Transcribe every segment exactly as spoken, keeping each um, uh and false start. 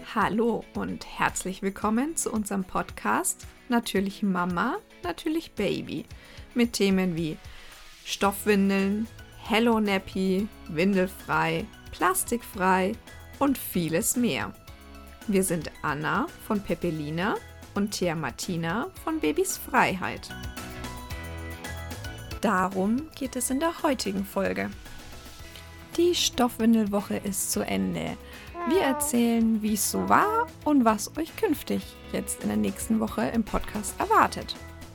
Hallo und herzlich willkommen zu unserem Podcast Natürlich Mama, natürlich Baby mit Themen wie Stoffwindeln, Hello Nappy, windelfrei, plastikfrei und vieles mehr. Wir sind Anna von Peppelina und Thea Martina von Babys Freiheit. Darum geht es in der heutigen Folge. Die Stoffwindelwoche ist zu Ende. Wir erzählen, wie es so war und was euch künftig jetzt in der nächsten Woche im Podcast erwartet.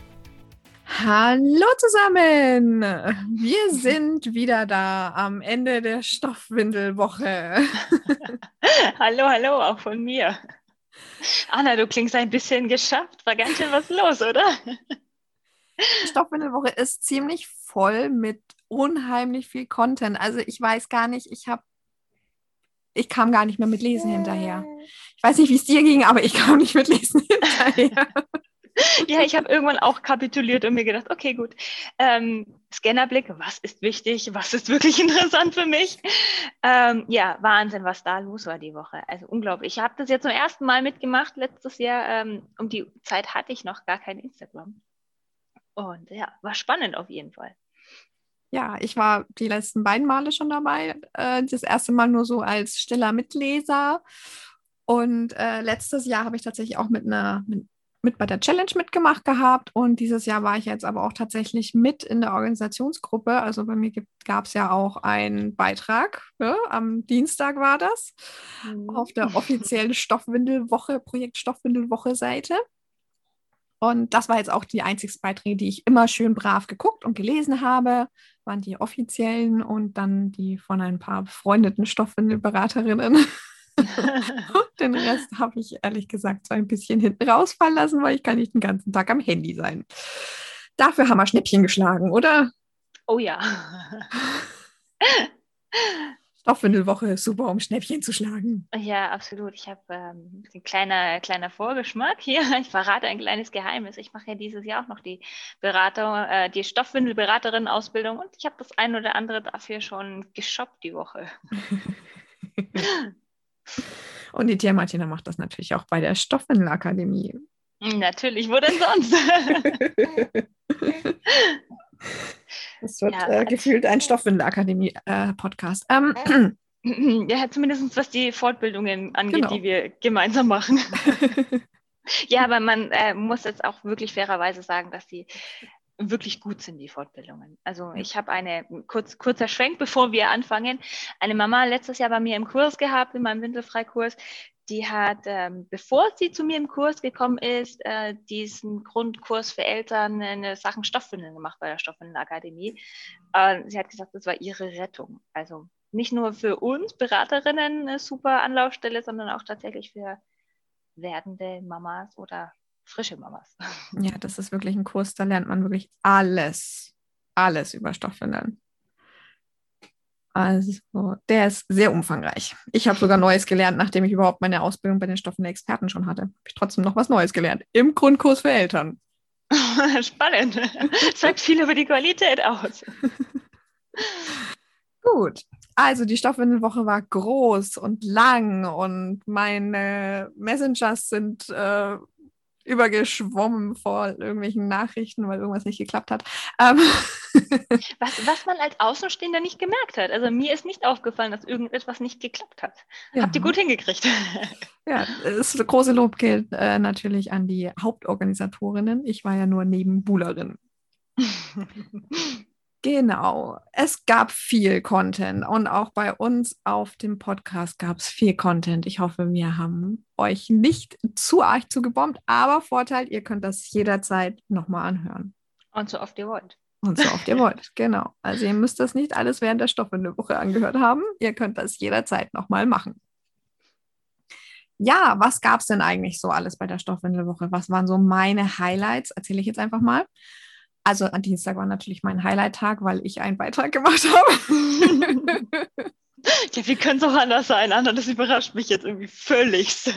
Hallo zusammen! Wir sind wieder da am Ende der Stoffwindelwoche. Hallo, hallo, auch von mir. Anna, du klingst ein bisschen geschafft. War ganz schön was los, oder? Die Stoffwindelwoche ist ziemlich voll mit unheimlich viel Content. Also ich weiß gar nicht, ich habe Ich kam gar nicht mehr mit Lesen hinterher. Ich weiß nicht, wie es dir ging, aber ich kam nicht mit Lesen hinterher. Ja, ich habe irgendwann auch kapituliert und mir gedacht, okay, gut. Ähm, Scannerblick, was ist wichtig? Was ist wirklich interessant für mich? Ähm, ja, Wahnsinn, was da los war die Woche. Also unglaublich. Ich habe das jetzt zum ersten Mal mitgemacht letztes Jahr. Ähm, um die Zeit hatte ich noch gar kein Instagram. Und ja, war spannend auf jeden Fall. Ja, ich war die letzten beiden Male schon dabei. Äh, das erste Mal nur so als stiller Mitleser. Und äh, letztes Jahr habe ich tatsächlich auch mit einer mit, mit bei der Challenge mitgemacht gehabt. Und dieses Jahr war ich jetzt aber auch tatsächlich mit in der Organisationsgruppe. Also bei mir gab es ja auch einen Beitrag. Ne? Am Dienstag war das. Mhm. Auf der offiziellen Stoffwindelwoche, Projekt Stoffwindelwoche-Seite. Und das war jetzt auch die einzigen Beiträge, die ich immer schön brav geguckt und gelesen habe, waren die offiziellen und dann die von ein paar befreundeten Stoffwindelberaterinnen. Und den Rest habe ich ehrlich gesagt so ein bisschen hinten rausfallen lassen, weil ich kann nicht den ganzen Tag am Handy sein. Dafür haben wir Schnäppchen geschlagen, oder? Oh ja. Stoffwindelwoche ist super, um Schnäppchen zu schlagen. Ja, absolut. Ich habe ähm, ein kleiner, kleiner Vorgeschmack hier. Ich verrate ein kleines Geheimnis. Ich mache ja dieses Jahr auch noch die Berater, äh, die Stoffwindelberaterin-Ausbildung und ich habe das ein oder andere dafür schon geshoppt die Woche. Und die Thea Martina macht das natürlich auch bei der Stoffwindelakademie. Natürlich, wo denn sonst? Das wird ja, äh, gefühlt ein Stoffwindelakademie-Podcast. Äh, ähm, ja, zumindest was die Fortbildungen angeht, genau. die wir gemeinsam machen. Ja, aber man äh, muss jetzt auch wirklich fairerweise sagen, dass die wirklich gut sind, die Fortbildungen. Also ich habe eine, kurz, kurzer Schwenk, bevor wir anfangen, eine Mama letztes Jahr bei mir im Kurs gehabt, in meinem Windelfreikurs. Die hat, ähm, bevor sie zu mir im Kurs gekommen ist, äh, diesen Grundkurs für Eltern in Sachen Stoffwindeln gemacht bei der Stoffwindelakademie. Äh, sie hat gesagt, das war ihre Rettung. Also nicht nur für uns Beraterinnen eine super Anlaufstelle, sondern auch tatsächlich für werdende Mamas oder frische Mamas. Ja, das ist wirklich ein Kurs, da lernt man wirklich alles, alles über Stoffwindeln. Also, der ist sehr umfangreich. Ich habe sogar Neues gelernt, nachdem ich überhaupt meine Ausbildung bei den Stoffwindelexperten schon hatte. Habe ich trotzdem noch was Neues gelernt. Im Grundkurs für Eltern. Spannend. Sagt viel über die Qualität aus. Gut. Also die Stoffwindelwoche war groß und lang und meine Messengers sind äh, übergeschwommen vor irgendwelchen Nachrichten, weil irgendwas nicht geklappt hat. Ähm. Was, was man als Außenstehender nicht gemerkt hat. Also mir ist nicht aufgefallen, dass irgendetwas nicht geklappt hat. Ja. Habt ihr gut hingekriegt. Ja, das große Lob gilt äh, natürlich an die Hauptorganisatorinnen. Ich war ja nur Nebenbuhlerin. Genau, es gab viel Content und auch bei uns auf dem Podcast gab es viel Content. Ich hoffe, wir haben euch nicht zu arg zugebombt, aber Vorteil, ihr könnt das jederzeit nochmal anhören. Und so oft ihr wollt. Und so oft ihr wollt, genau. Also ihr müsst das nicht alles während der Stoffwindelwoche angehört haben. Ihr könnt das jederzeit nochmal machen. Ja, was gab es denn eigentlich so alles bei der Stoffwindelwoche? Was waren so meine Highlights? Erzähle ich jetzt einfach mal. Also am Dienstag war natürlich mein Highlight-Tag, weil ich einen Beitrag gemacht habe. Ja, wie könnte es auch anders sein, Anna? Das überrascht mich jetzt irgendwie völlig.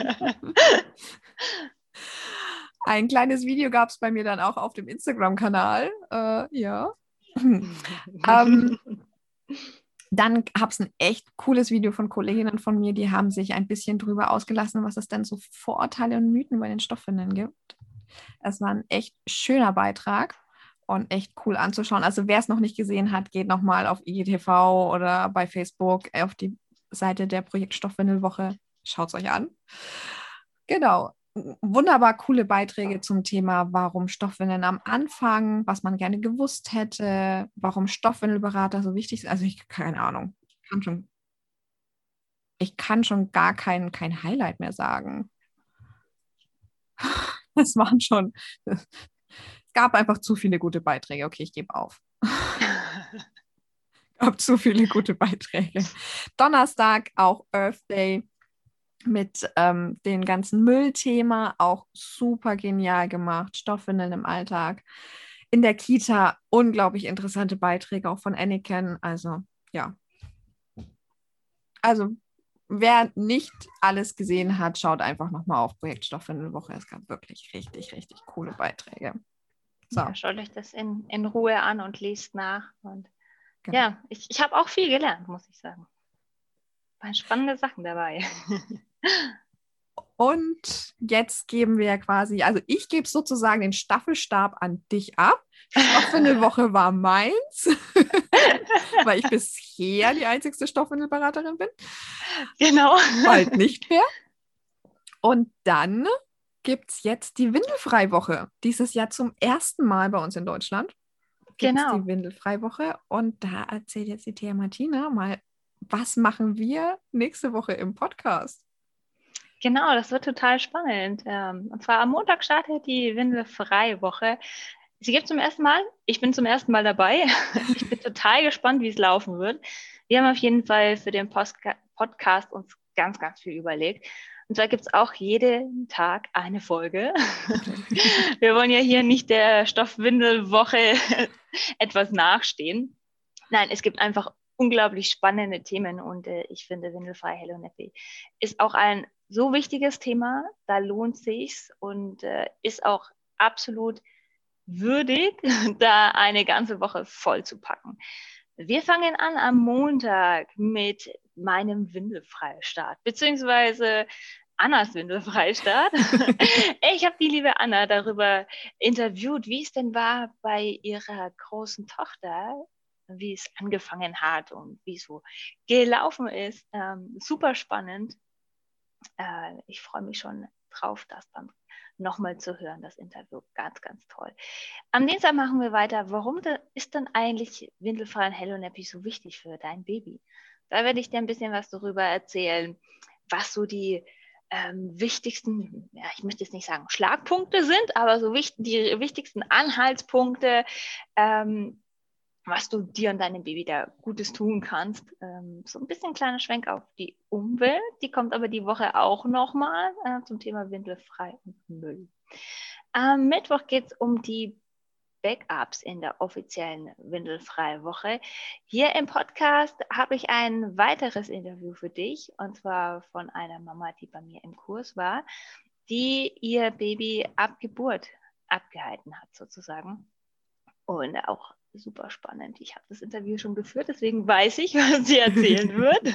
Ein kleines Video gab es bei mir dann auch auf dem Instagram-Kanal. Äh, ja. ähm, Dann gab es ein echt cooles Video von Kolleginnen von mir, die haben sich ein bisschen drüber ausgelassen, was es denn so Vorurteile und Mythen bei den Stoffwindeln gibt. Es war ein echt schöner Beitrag und echt cool anzuschauen. Also wer es noch nicht gesehen hat, geht nochmal auf I G T V oder bei Facebook auf die Seite der Projekt Stoffwindelwoche. Schaut es euch an. Genau. Wunderbar coole Beiträge zum Thema, warum Stoffwindeln am Anfang, was man gerne gewusst hätte, warum Stoffwindelberater so wichtig sind. Also ich keine Ahnung. Ich kann schon, ich kann schon gar kein, kein Highlight mehr sagen. Es waren schon, es gab einfach zu viele gute Beiträge. Okay, ich gebe auf. Es gab zu viele gute Beiträge. Donnerstag auch Earth Day mit ähm, dem ganzen Müllthema, auch super genial gemacht. Stoffwindeln im Alltag. In der Kita unglaublich interessante Beiträge auch von Anakin. Also ja. Also wer nicht alles gesehen hat, schaut einfach nochmal auf Projekt Stoffwindelwoche. Es gab wirklich richtig, richtig coole Beiträge. So. Ja, schaut euch das in, in Ruhe an und lest nach. Und Genau. ja, ich, ich habe auch viel gelernt, muss ich sagen. Waren spannende Sachen dabei. Und jetzt geben wir quasi, also ich gebe sozusagen den Staffelstab an dich ab. Stoffwindelwoche war meins, weil ich bisher die einzigste Stoffwindelberaterin bin. Genau. Bald nicht mehr. Und dann gibt es jetzt die Windelfreiwoche. Dieses Jahr zum ersten Mal bei uns in Deutschland. Gibt es Genau. die Windelfreiwoche. Und da erzählt jetzt die Thea Martina mal, was machen wir nächste Woche im Podcast? Genau, das wird total spannend. Und zwar am Montag startet die Windelfreiwoche. Sie gibt es zum ersten Mal. Ich bin zum ersten Mal dabei. Ich bin total gespannt, wie es laufen wird. Wir haben auf jeden Fall für den Postka- Podcast uns ganz, ganz viel überlegt. Und zwar gibt es auch jeden Tag eine Folge. Wir wollen ja hier nicht der Stoffwindelwoche etwas nachstehen. Nein, es gibt einfach unglaublich spannende Themen und äh, ich finde Windelfrei Hello Nappy ist auch ein so wichtiges Thema, da lohnt sich's und äh, ist auch absolut würdig, da eine ganze Woche voll zu packen. Wir fangen an am Montag mit meinem Windelfreistart, beziehungsweise Annas Windelfreistart. Ich habe die liebe Anna darüber interviewt, wie es denn war bei ihrer großen Tochter, wie es angefangen hat und wie es so gelaufen ist. Ähm, super spannend. Äh, ich freue mich schon drauf, das dann nochmal zu hören, das Interview. Ganz, ganz toll. Am Dienstag machen wir weiter. Warum ist denn eigentlich Windelfrei und Hello Nappy so wichtig für dein Baby? Da werde ich dir ein bisschen was darüber erzählen, was so die ähm, wichtigsten, ja, ich möchte jetzt nicht sagen Schlagpunkte sind, aber so wichtig, die wichtigsten Anhaltspunkte, ähm, was du dir und deinem Baby da Gutes tun kannst. Ähm, so ein bisschen kleiner Schwenk auf die Umwelt. Die kommt aber die Woche auch nochmal äh, zum Thema Windelfrei und Müll. Am Mittwoch geht es um die Backups in der offiziellen Windelfrei-Woche. Hier im Podcast habe ich ein weiteres Interview für dich, und zwar von einer Mama, die bei mir im Kurs war, die ihr Baby ab Geburt abgehalten hat sozusagen. Und auch super spannend. Ich habe das Interview schon geführt, deswegen weiß ich, was sie erzählen wird.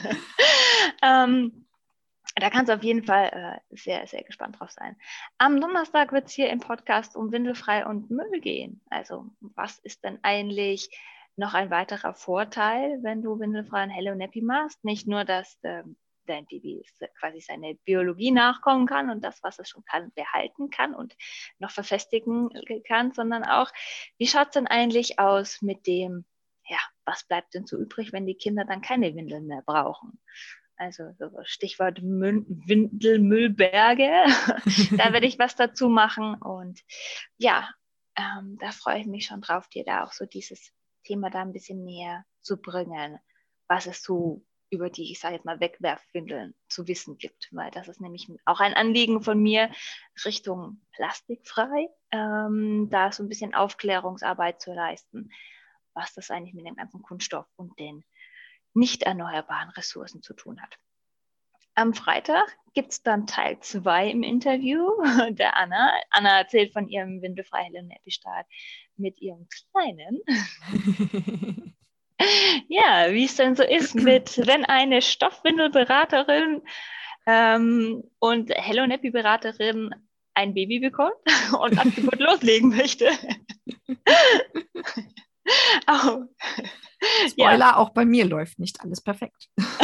ähm, da kannst du auf jeden Fall äh, sehr, sehr gespannt drauf sein. Am Donnerstag wird es hier im Podcast um Windelfrei und Müll gehen. Also was ist denn eigentlich noch ein weiterer Vorteil, wenn du Windelfrei und Hello Nappy machst? Nicht nur, dass ähm, dein Baby quasi seine Biologie nachkommen kann und das, was es schon kann, behalten kann und noch verfestigen kann, sondern auch, wie schaut es denn eigentlich aus mit dem, ja, was bleibt denn so übrig, wenn die Kinder dann keine Windeln mehr brauchen? Also so Stichwort Windelmüllberge, da werde ich was dazu machen und ja, ähm, da freue ich mich schon drauf, dir da auch so dieses Thema da ein bisschen näher zu bringen, was es so über die, ich sage jetzt mal, Wegwerfwindeln zu wissen gibt, weil das ist nämlich auch ein Anliegen von mir Richtung plastikfrei, ähm, da so ein bisschen Aufklärungsarbeit zu leisten, was das eigentlich mit dem ganzen Kunststoff und den nicht erneuerbaren Ressourcen zu tun hat. Am Freitag gibt es dann Teil zwei im Interview der Anna. Anna erzählt von ihrem Windelfrei Hello Nappy Start mit ihrem Kleinen. Ja, wie es denn so ist mit, wenn eine Stoffwindelberaterin ähm, und Hello Nappy Beraterin ein Baby bekommt und ab Geburt loslegen möchte. Oh. Spoiler, Ja. auch bei mir läuft nicht alles perfekt.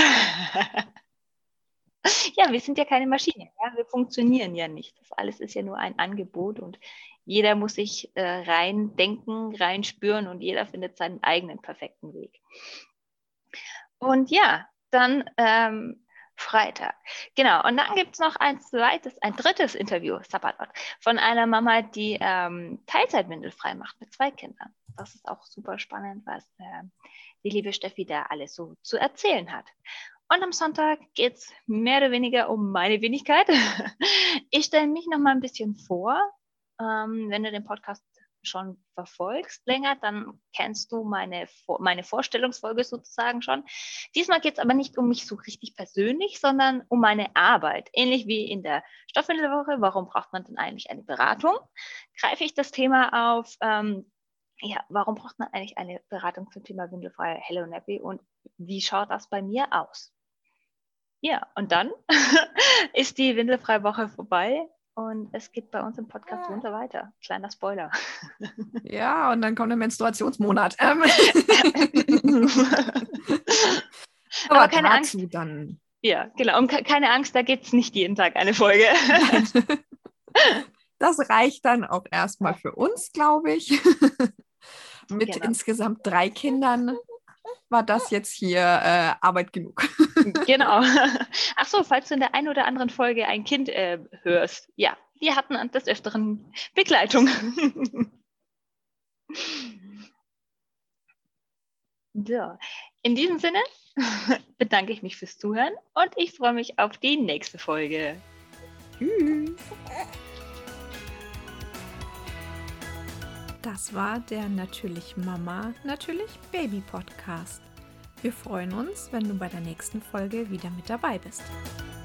Ja, wir sind ja keine Maschine. Ja? Wir funktionieren ja nicht. Das alles ist ja nur ein Angebot und jeder muss sich äh, rein denken, rein spüren und jeder findet seinen eigenen perfekten Weg. Und ja, dann ähm, Freitag. Genau. Und dann gibt es noch ein zweites, ein drittes Interview, Sabbatwort, von einer Mama, die ähm, Teilzeitwindelfrei macht mit zwei Kindern. Das ist auch super spannend, was äh, die liebe Steffi da alles so zu erzählen hat. Und am Sonntag geht es mehr oder weniger um meine Wenigkeit. Ich stelle mich noch mal ein bisschen vor. Ähm, wenn du den Podcast schon verfolgst länger, dann kennst du meine, meine Vorstellungsfolge sozusagen schon. Diesmal geht es aber nicht um mich so richtig persönlich, sondern um meine Arbeit. Ähnlich wie in der Stoffwindelwoche. Warum braucht man denn eigentlich eine Beratung? Greife ich das Thema auf, ähm, ja, warum braucht man eigentlich eine Beratung zum Thema windelfreie Hello Nappy und wie schaut das bei mir aus? Ja, und dann ist die windelfreie Woche vorbei und es geht bei uns im Podcast munter weiter. Kleiner Spoiler. Ja, und dann kommt der Menstruationsmonat. Ähm. Aber, Aber keine dazu Angst. Dann. Ja, genau. Und keine Angst, da gibt es nicht jeden Tag eine Folge. Das reicht dann auch erstmal für uns, glaube ich. Mit Genau. insgesamt drei Kindern war das jetzt hier äh, Arbeit genug. Genau. Ach so, falls du in der einen oder anderen Folge ein Kind äh, hörst. Ja, wir hatten an des Öfteren Begleitung. So, in diesem Sinne bedanke ich mich fürs Zuhören und ich freue mich auf die nächste Folge. Tschüss. Das war der Natürlich Mama, Natürlich Baby Podcast. Wir freuen uns, wenn du bei der nächsten Folge wieder mit dabei bist.